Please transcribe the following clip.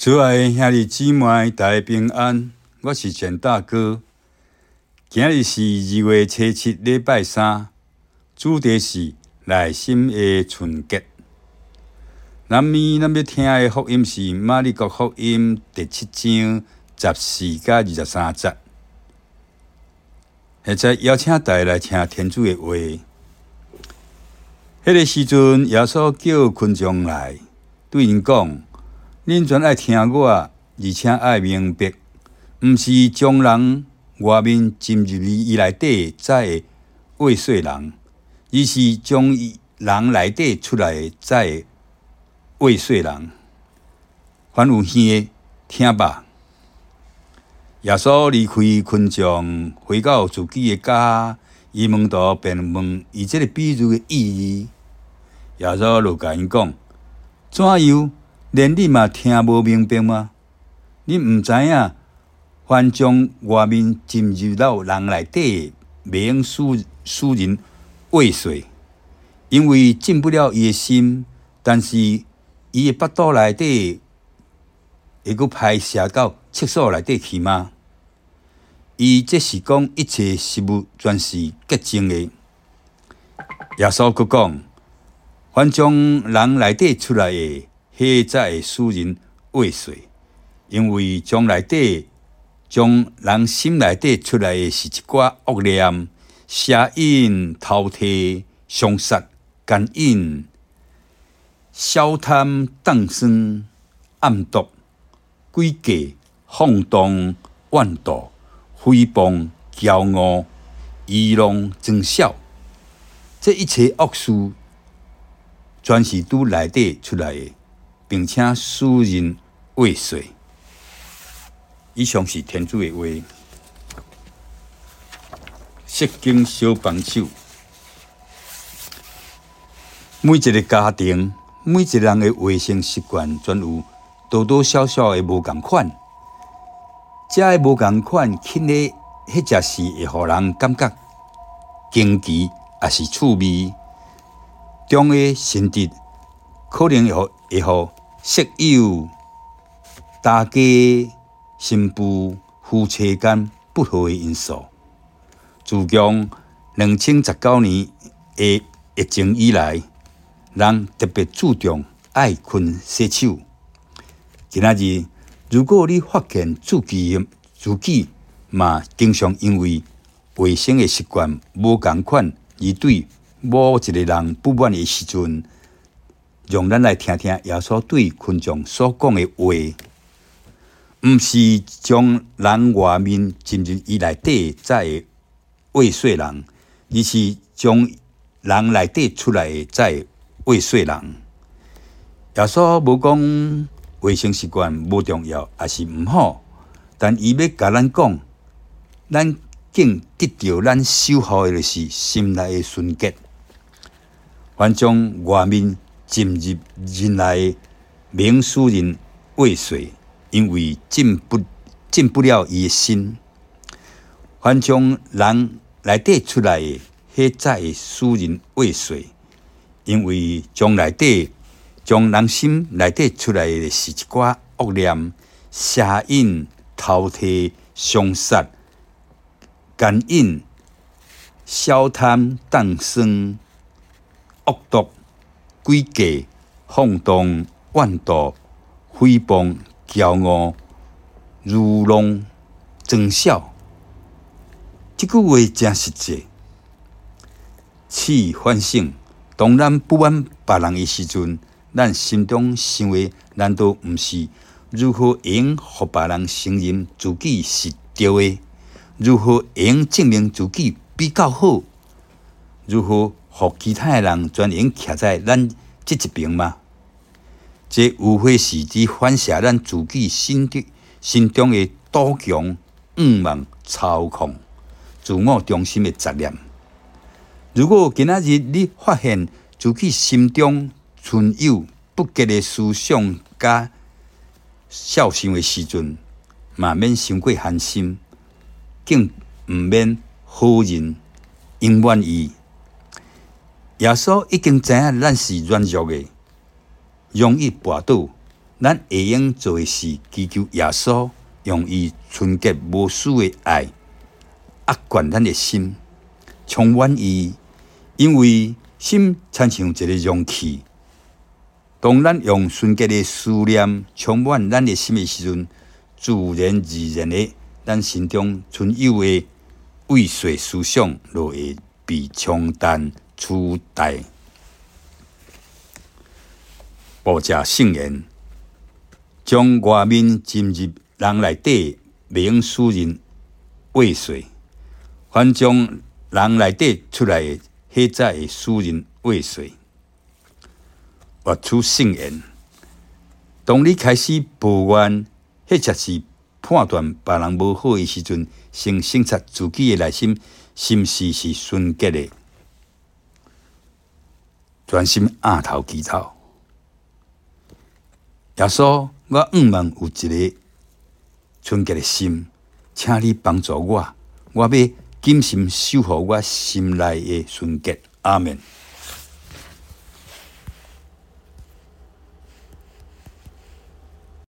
亲爱的兄弟姊妹，大家平安。我是简大哥。今日是2月初7，礼拜三，主题是内心的纯洁。咱要听的福音是马利国福音第7章14到23节。现在邀请大家来听天主的话。迄个时阵，耶稣叫群众来，对因讲：恁全爱听我，而且爱明白，毋是将人外面进入伊内底才会为说人，而是将人内底出来才会为说人。凡有耳的，听吧。耶稣离开群众，回到自己的家，伊门徒便问伊这个比喻的意义。耶稣就甲因讲：怎样？连你嘛听无明白吗？你毋知影，凡将外面进入到人内底，袂用使人畏缩，因为进不了伊的心，但是伊的腹肚内底会阁排射到厕所内底去吗？伊这是讲一切事物全是洁净的。耶稣阁讲：凡将人内底出来的，迄才会使人畏缩，因为将人心内底出来的是一寡恶念、邪淫、偷摕、凶杀、奸淫、小贪、荡生、暗毒、诡计、放荡、妄妒、诽谤、骄傲、愚弄、争笑，这一切恶事，全是拄内底出来的，并且使人畏缩。以上是天主的话。释经小帮手，每一个家庭，每一个人的卫生习惯，全有多多少少的无同款。这个无同款，轻的迄只是会互人感觉惊奇，也是趣味；中的甚至可能会互室友、大家、新妇、夫妻间不和的因素。自从2019年的疫情以来，人特别注重爱勤洗手。今仔日，如果你发现自己嘛经常因为卫生的习惯无同款，而对某一个人不满的时阵，让咱来听听耶稣对群众所讲的话，毋是将人外面进入伊内底才会畏缩人，而是将人内底出来的才会畏缩人。耶稣无讲卫生习惯无重要，也是毋好，但伊要甲咱讲，咱竟得到咱守护的就是心内的纯洁。凡将外面进入人内，免使人畏缩，因为进不了伊的心。凡将人内底出来的，迄才会使人畏缩，因为将人心内底出来的是一寡恶念、邪淫、偷摕、凶杀、奸淫、小贪、荡生、恶毒、诡计、放荡、妄妒、诽谤、骄傲、愚弄、争笑。这句话真实际。试反省，当咱不满别人的时阵，咱心中想的难道毋是如何会用互别人承认自己是对的？如何会用证明自己比较好？如何互其他的人专用徛在咱这一边吗？这无非是伫反射咱自己心中的赌强、欲望、操控、自我中心的杂念。如果今仔日你发现自己心中存有不洁的思想甲肖想的时阵，嘛免伤过寒心，更毋免好人永远伊。耶稣已经知影咱是软弱的，容易跋倒， 咱会用做的是祈求耶稣用伊纯洁无私的爱压灌咱的心，充满伊，因为心亲像一个容器。当咱用纯洁的思念充满咱的心的时阵，自然而然的，咱心中存有的畏罪思想就会被冲淡取代。报者圣言，将外面进入人内底，袂用使人畏罪；反将人内底出来的，迄才会使人畏罪。活出圣言。当你开始抱怨，迄则是判断别人无好的时阵，先省察自己的内心，是毋是纯洁的，专心压头祈祷。耶稣，我仰望有一个纯洁的心，请你帮助我，我要谨慎守护我心内的纯洁。阿门。